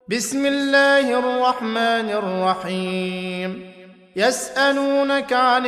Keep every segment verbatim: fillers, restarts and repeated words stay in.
بسم الله الرحمن الرحيم. يسألونك عن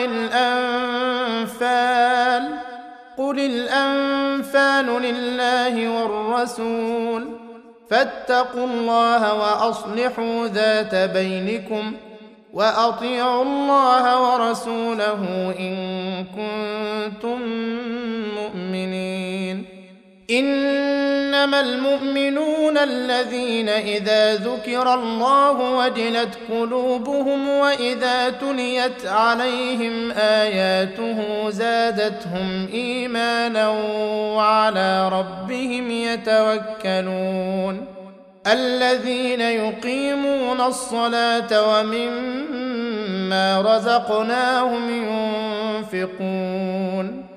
الأنفال، قل الأنفال لله والرسول، فاتقوا الله وأصلحوا ذات بينكم، وأطيعوا الله ورسوله إن كنتم مؤمنين. إنما المؤمنون الذين إذا ذكر الله وجلت قلوبهم وإذا تليت عليهم آياته زادتهم إيمانا وعلى ربهم يتوكلون. الذين يقيمون الصلاة ومما رزقناهم ينفقون،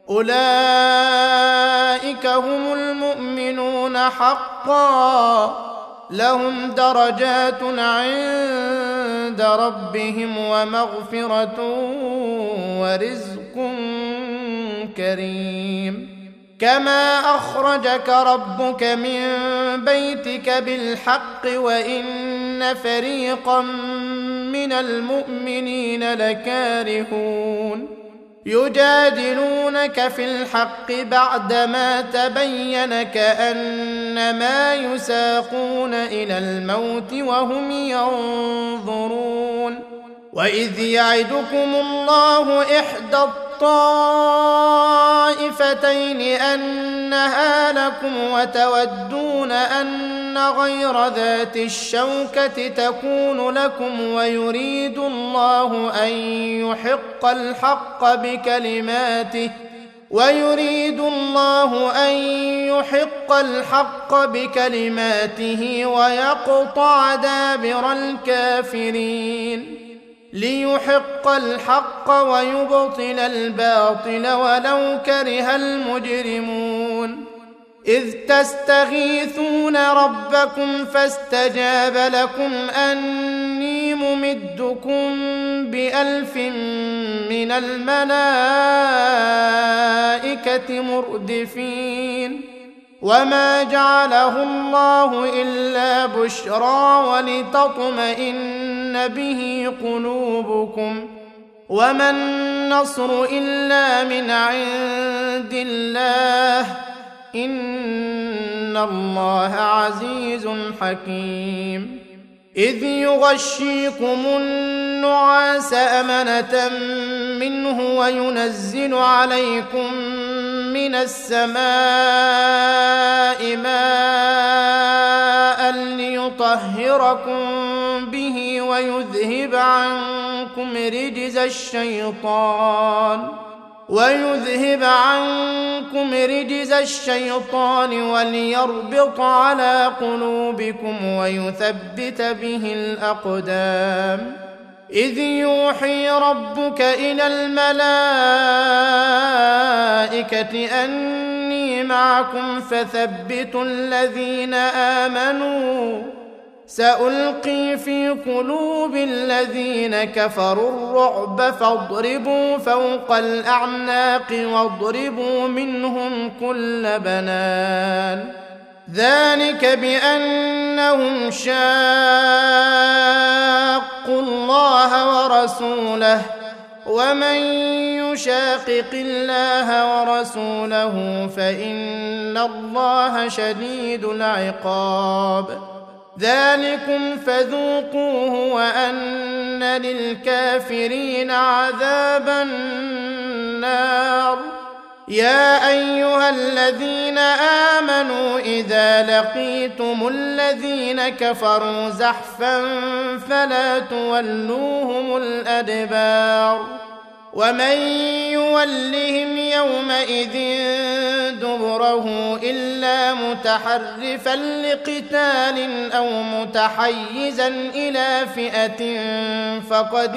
أولئك هم المؤمنون حقا، لهم درجات عند ربهم ومغفرة ورزق كريم. كما أخرجك ربك من بيتك بالحق وإن فريقا من المؤمنين لكارهون، يجادلونك في الحق بعدما تبين كأنما يساقون إلى الموت وهم ينظرون. وإذ يعدكم الله إحدى الطائفتين أنها لكم وتودون أن غير ذات الشوكة تكون لكم، ويريد الله أن يحق الحق بكلماته ويريد الله أن يحق الحق بكلماته ويقطع دابر الكافرين، ليحق الحق ويبطل الباطل ولو كره المجرمون. إذ تستغيثون ربكم فاستجاب لكم أني ممدكم بألف من الملائكة مردفين. وما جعله الله إلا بشرى ولتطمئن به قلوبكم، وما النصر إلا من عند الله، إن الله عزيز حكيم. إذ يغشيكم النعاس أمنة منه وينزل عليكم من السماء ماء ليطهركم به ويذهب عنكم رجز الشيطان ويذهب عنكم رجز الشيطان وليربط على قلوبكم ويثبت به الأقدام. إذ يوحي ربك إلى الملائكة أني معكم فثبتوا الذين آمنوا، سألقي في قلوب الذين كفروا الرعب فاضربوا فوق الأعناق واضربوا منهم كل بنان. ذلك بأنهم شاقوا الله ورسوله، ومن يشاقق الله ورسوله فإن الله شديد العقاب. ذلكم فذوقوه وأن للكافرين عذاب النار. يا أيها الذين آمنوا إذا لقيتم الذين كفروا زحفا فلا تولوهم الأدبار، ومن يولهم يومئذ دبره إلا متحرفا لقتال أو متحيزا إلى فئة فقد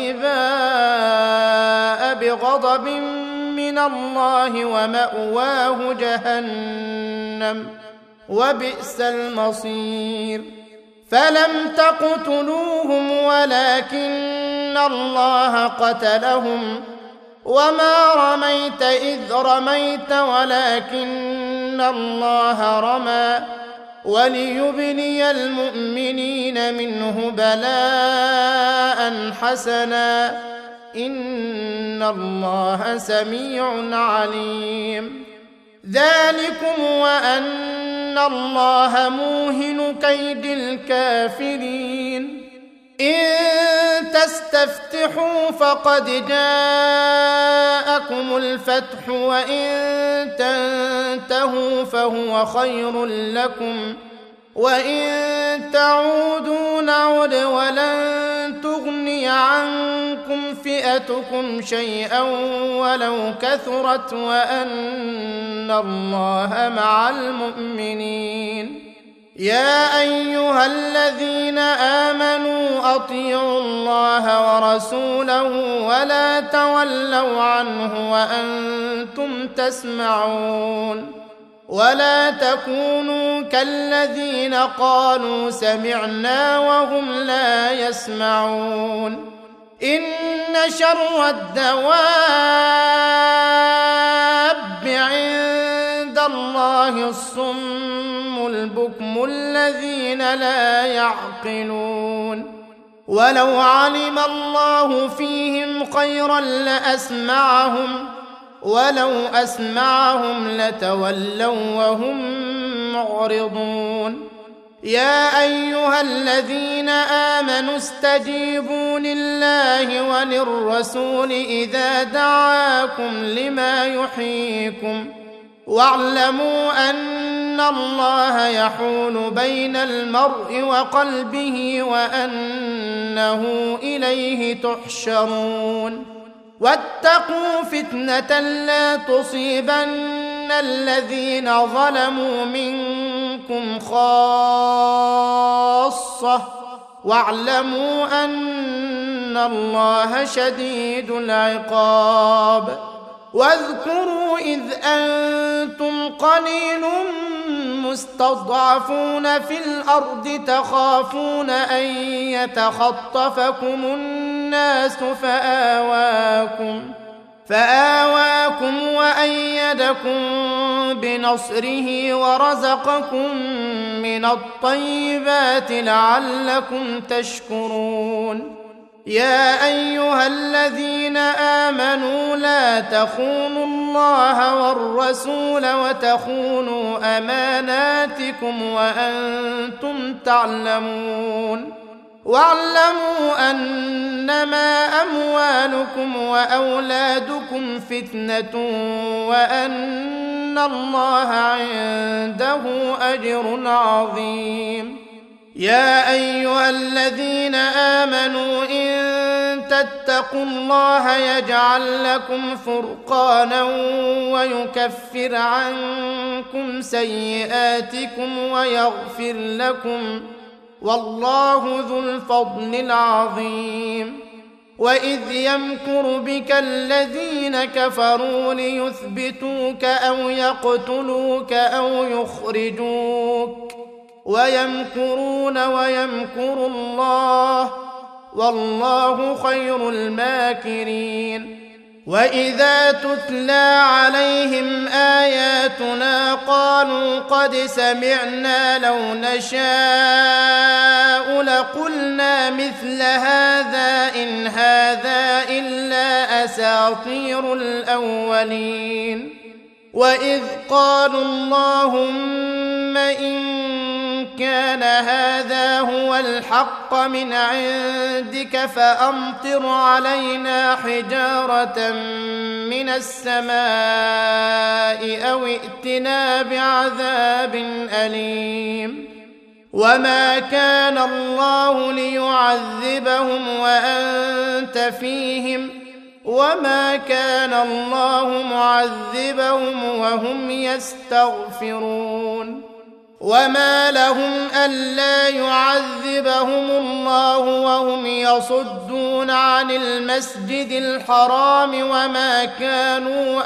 باء بغضب من الله ومأواه جهنم وبئس المصير. فلم تقتلوهم ولكن الله قتلهم، وما رميت إذ رميت ولكن الله رمى وليبلي المؤمنين منه بلاء حسنا إن الله سميع عليم. ذلكم وأن الله موهن كيد الكافرين. إن تستفتحوا فقد جاءكم الفتح وإن تنتهوا فهو خير لكم وإن تعودوا نعد ولن تغني عنكم فئتكم شيئا ولو كثرت وأن الله مع المؤمنين. يا أيها الذين آمنوا أطيعوا الله ورسوله ولا تولوا عنه وأنتم تسمعون ولا تكونوا كالذين قالوا سمعنا وهم لا يسمعون. إن شر الدواب عند الله الصم البكم الذين لا يعقلون. ولو علم الله فيهم خيرا لأسمعهم ولو أسمعهم لتولوا وهم معرضون. يا أيها الذين آمنوا استجيبوا لله وللرسول إذا دعاكم لما يحييكم واعلموا أن الله يحول بين المرء وقلبه وأنه إليه تحشرون. واتقوا فتنة لا تصيبن الذين ظلموا منكم خاصة واعلموا أن الله شديد العقاب. واذكروا إذ أنتم قليل مستضعفون في الأرض تخافون أن يتخطفكم الناس فآواكم فآواكم وأيدكم بنصره ورزقكم من الطيبات لعلكم تشكرون. يا أيها الذين آمنوا لا تخونوا الله والرسول وتخونوا أماناتكم وأنتم تعلمون. واعلموا أنما أموالكم وأولادكم فتنة وأن الله عنده أجر عظيم. يا أيها الذين آمنوا إن تتقوا الله يجعل لكم فرقانا ويكفر عنكم سيئاتكم ويغفر لكم والله ذو الفضل العظيم. وإذ يمكر بك الذين كفروا ليثبتوك أو يقتلوك أو يخرجوك ويمكرون ويمكر الله والله خير الماكرين. وإذا تتلى عليهم آياتنا قالوا قد سمعنا لو نشاء لقلنا مثل هذا إن هذا إلا أساطير الأولين. وإذ قالوا اللهم إن كان هذا هو الحق من عندك فأمطر علينا حجارة من السماء أو ائتنا بعذاب أليم. وما كان الله ليعذبهم وأنت فيهم وما كان الله معذبهم وهم يستغفرون. وما لهم ألا يعذبهم الله وهم يصدون عن المسجد الحرام وما كانوا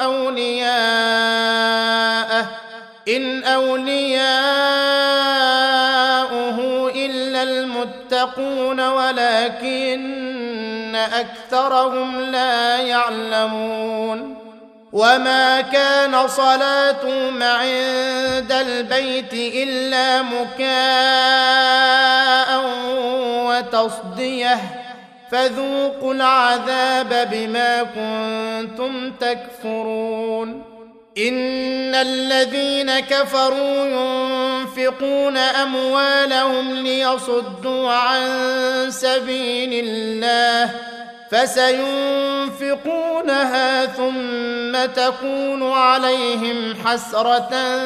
أولياءه إن أولياؤه إلا المتقون ولكن أكثرهم لا يعلمون. وما كان صلاتهم عند البيت إلا مكاء وتصدية فذوقوا العذاب بما كنتم تكفرون إن الذين كفروا ينفقون أموالهم ليصدوا عن سبيل الله فسينفقونها ثم تكون عليهم حسرة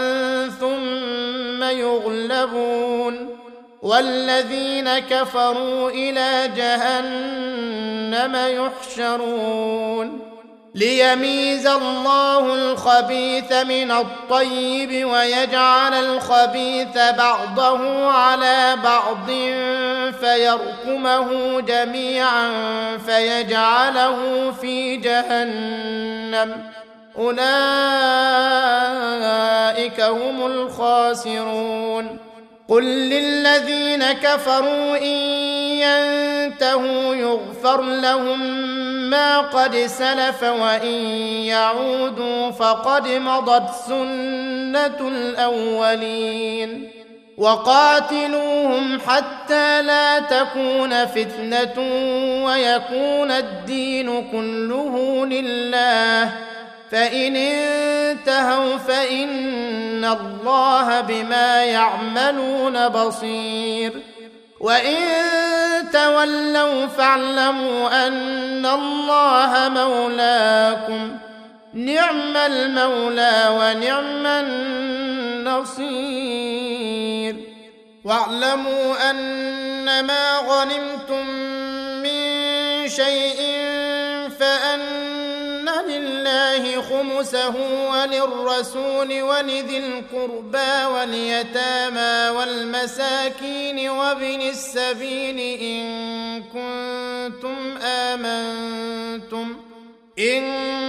ثم يغلبون والذين كفروا إلى جهنم يحشرون ليميز الله الخبيث من الطيب ويجعل الخبيث بعضه على بعض فيركمه جميعا فيجعله في جهنم أولئك هم الخاسرون قل للذين كفروا إن ينتهوا يغفر لهم ما قد سلف وإن يعودوا فقد مضت سنة الأولين وقاتلوهم حتى لا تكون فتنة ويكون الدين كله لله فإن انتهوا فإن الله بما يعملون بصير وإن تولوا فاعلموا أن الله مولاكم نعم المولى ونعم النصير واعلموا أن ما غنمتم من شيء فأن لله خمسه وللرسول ولذي القربى واليتامى والمساكين وابن السبيل إن كنتم آمنتم إن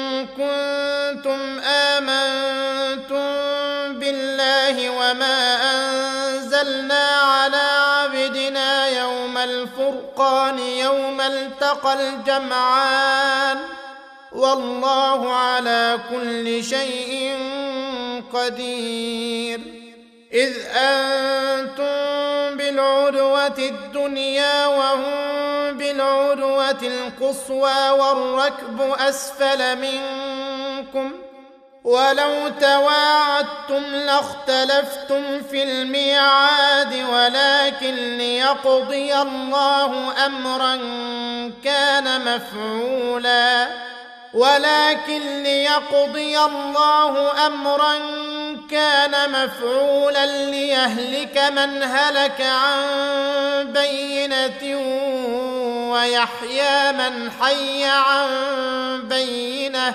كنتم آمنتم بالله وما أنزلنا على عبدنا يوم الفرقان يوم التقى الجمعان والله على كل شيء قدير إذ أنتم بالعدوة الدنيا وهم بالعدوة القصوى والركب أسفل منكم ولو تواعدتم لاختلفتم في الميعاد ولكن ليقضي الله أمرا كان مفعولا ولكن ليقضي الله أمرا كان مفعولا ليهلك من هلك عن بينة ويحيى من حي عن بينة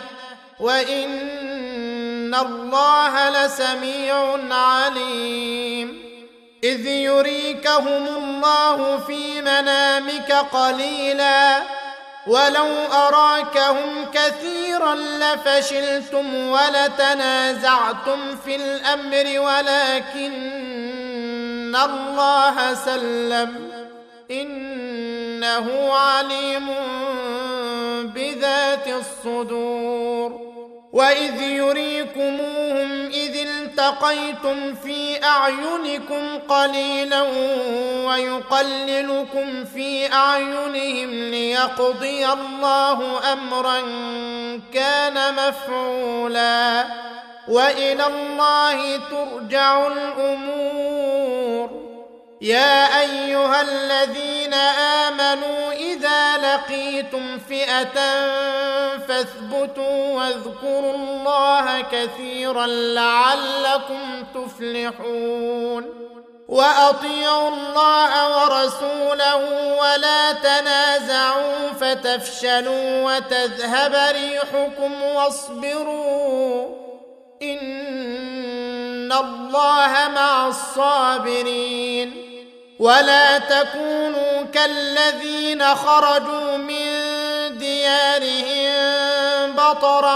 وإن الله لسميع عليم إذ يريكهم الله في منامك قليلا ولو أراكهم كثيرا لفشلتم ولتنازعتم في الأمر ولكن الله سلم إنه عليم بذات الصدور وإذ يريكموهم إذ التقيتم في أعينكم قليلا ويقللكم في أعينهم ليقضي الله أمرا كان مفعولا وإلى الله ترجع الأمور يا أيها الذين آمنوا إذا لقيتم فئة فاثبتوا واذكروا الله كثيرا لعلكم تفلحون وأطيعوا الله ورسوله ولا تنازعوا فتفشلوا وتذهب ريحكم واصبروا إن الله مع الصابرين ولا تكونوا كالذين خرجوا من ديارهم بطرا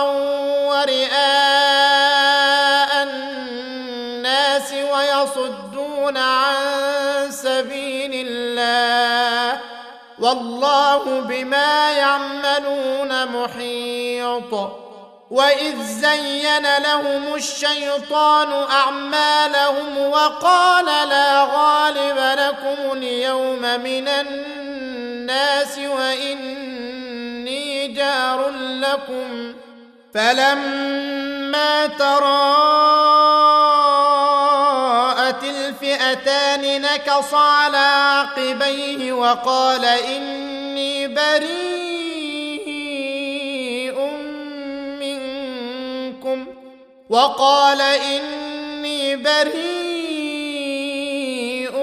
ورئاء الناس ويصدون عن سبيل الله والله بما يعملون محيط وإذ زين لهم الشيطان أعمالهم وقال لا غالب لكم اليوم من الناس وإني جار لكم فلما تراءت الفئتان نكص على عقبيه وقال إني بريء منكم وقال إني بريء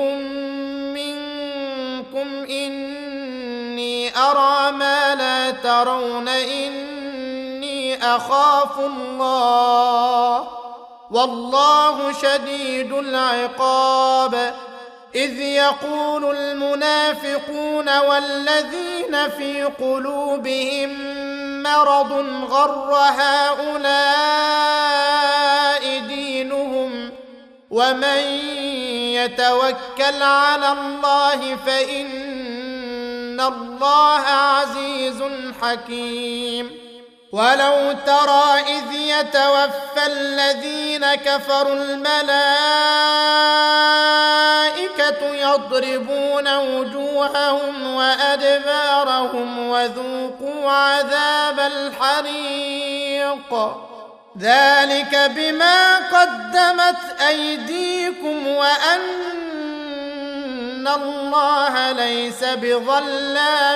منكم إني أرى ما لا ترون إني أخاف الله والله شديد العقاب إذ يقول المنافقون والذين في قلوبهم مرض غر هؤلاء دينهم ومن يتوكل على الله فإن الله عزيز حكيم ولو ترى إذ يتوفى الذين كفروا الملائكة يضربون وجوههم وأدبارهم وذوقوا عذاب الحريق ذلك بما قدمت أيديكم وأن الله ليس بظلام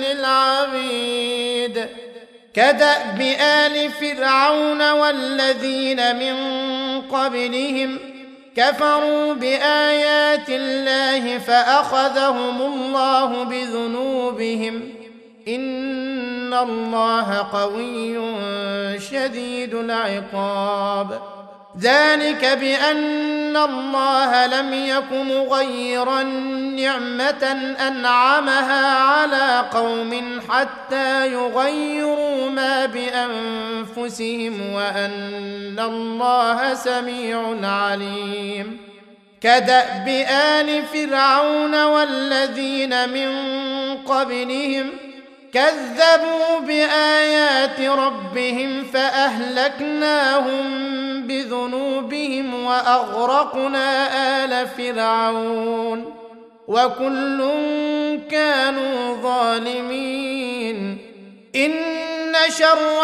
للعبيد كدأب آل فرعون والذين من قبلهم كفروا بآيات الله فأخذهم الله بذنوبهم إن الله قوي شديد العقاب ذلك بأن الله لم يك مغيرا نعمة أنعمها على قوم حتى يغيروا ما بأنفسهم وأن الله سميع عليم كدأب آل فرعون والذين من قبلهم كذبوا بآيات ربهم فأهلكناهم بذنوبهم وأغرقنا آل فرعون وكل كانوا ظالمين إن شر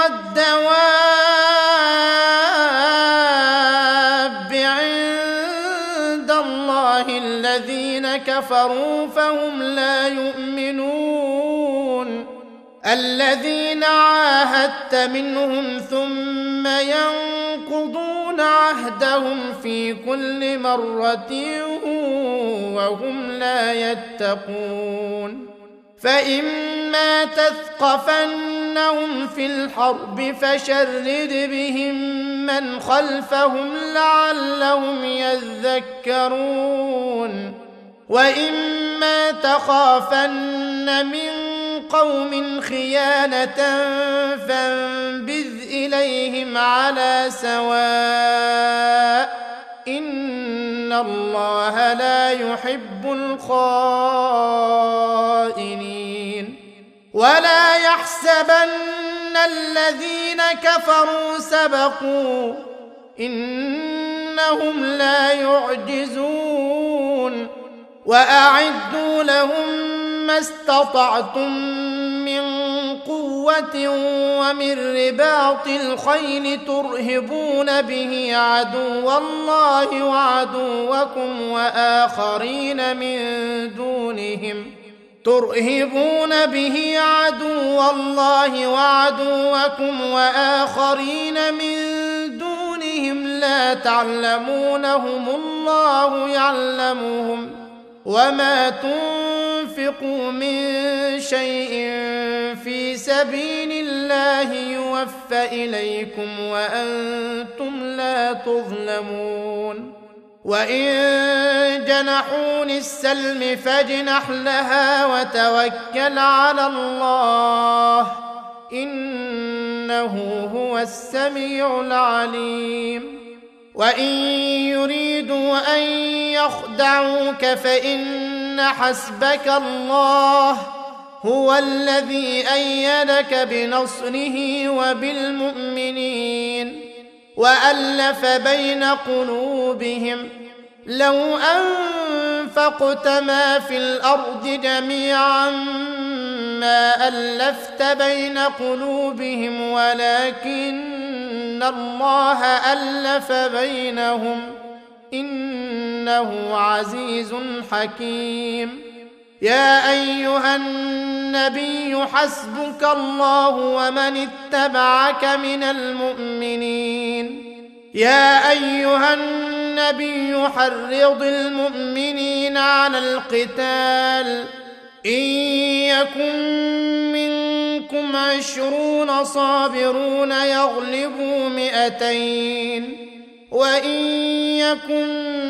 الدواب عند الله الذين كفروا فهم لا يؤمنون الذين عاهدت منهم ثم ينقضون عهدهم في كل مرة وهم لا يتقون فإما تثقفنهم في الحرب فشرد بهم من خلفهم لعلهم يذكرون وإما تخافن من قوم خيانة فانبذ إليهم على سواء إن الله لا يحب الخائنين ولا يحسبن الذين كفروا سبقوا إنهم لا يعجزون وأعدوا لهم ما استطعتم من قوة ومن رباط الخيل ترهبون به عدو الله وعدوكم وآخرين من دونهم ترهبون به عدو الله وعدوكم وآخرين من دونهم لا تعلمونهم الله يعلمهم وما تنفقوا من شيء في سبيل الله يوفى إليكم وأنتم لا تظلمون وإن جنحوا للسلم فاجنح لها وتوكل على الله إنه هو السميع العليم وإن يريدوا أن يخدعوك فإن حسبك الله هو الذي أيدك بنصره وبالمؤمنين وألف بين قلوبهم لو أنفقت ما في الأرض جميعا ما ألفت بين قلوبهم ولكن الله ألف بينهم إنه عزيز حكيم. يا أيها النبي حسبك الله ومن اتبعك من المؤمنين. يا أيها النبي حرض المؤمنين على القتال إن يكن منكم عشرون صابرون يغلبوا مئتين وإن يكن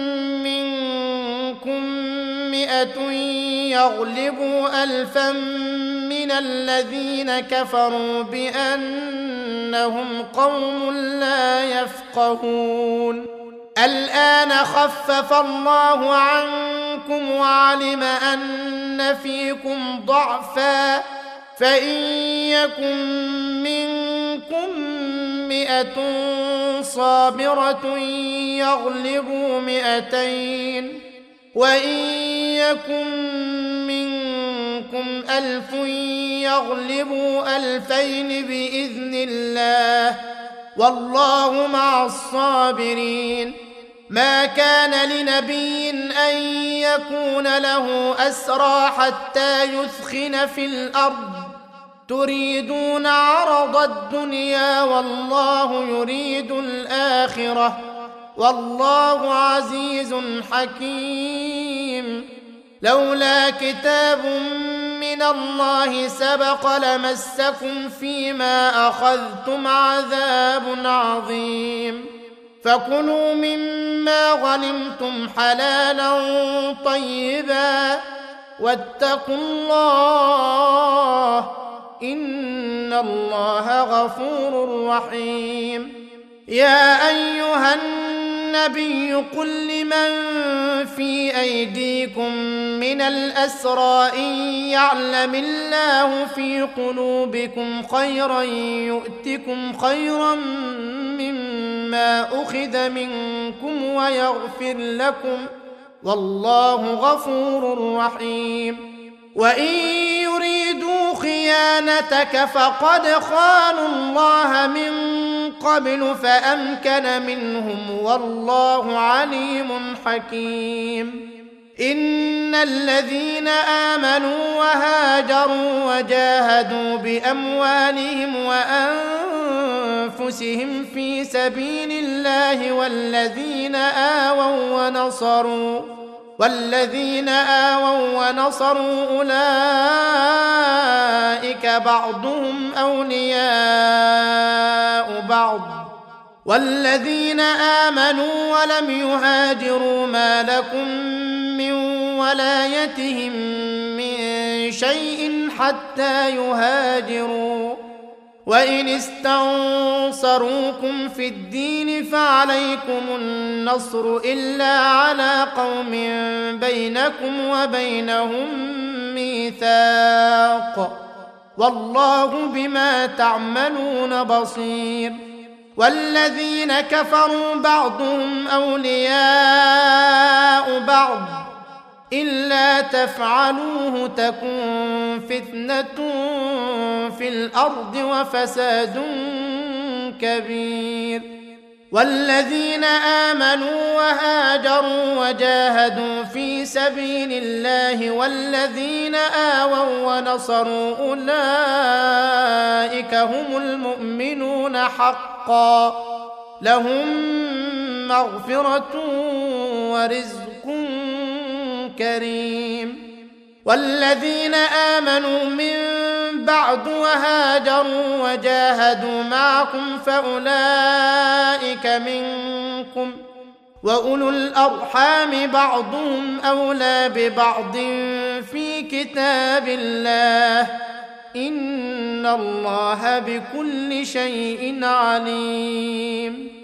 منكم مئة يغلبوا ألفا من الذين كفروا بأنهم قوم لا يفقهون. الآن خفف الله عنكم وعلم أن فيكم ضعفا فإن يكن منكم مئة صابرة يغلبوا مئتين وإن يكن منكم ألف يغلبوا ألفين بإذن الله والله مع الصابرين. ما كان لنبي أن يكون له أسرى حتى يثخن في الأرض تريدون عرض الدنيا والله يريد الآخرة والله عزيز حكيم. لولا كتاب من الله سبق لمسكم فيما أخذتم عذاب عظيم. فكلوا مما غنمتم حلالا طيبا واتقوا الله إن الله غفور رحيم. يا أيها النبي قل لمن في أيديكم من الأسرى إن يعلم الله في قلوبكم خيرا يؤتكم خيرا مما أخذ منكم ويغفر لكم والله غفور رحيم. وإن يريدوا خيانتك فقد خانوا الله من قبل فأمكن منهم والله عليم حكيم. إن الذين آمنوا وهاجروا وجاهدوا بأموالهم وأنفسهم في سبيل الله والذين آووا ونصروا والذين آووا ونصروا أولئك بعضهم أولياء بعض والذين آمنوا ولم يهاجروا ما لكم من ولايتهم من شيء حتى يهاجروا وإن استنصروكم في الدين فعليكم النصر إلا على قوم بينكم وبينهم ميثاق والله بما تعملون بصير. والذين كفروا بعضهم أولياء بعض إلا تفعلوه تكن فتنة في الأرض وفساد كبير. والذين آمنوا وهاجروا وجاهدوا في سبيل الله والذين آووا ونصروا أولئك هم المؤمنون حقا لهم مغفرة ورزق كريم. والذين آمنوا من بعد وهاجروا وجاهدوا معكم فأولئك منكم وأولو الأرحام بعضهم أولى ببعض في كتاب الله إن الله بكل شيء عليم.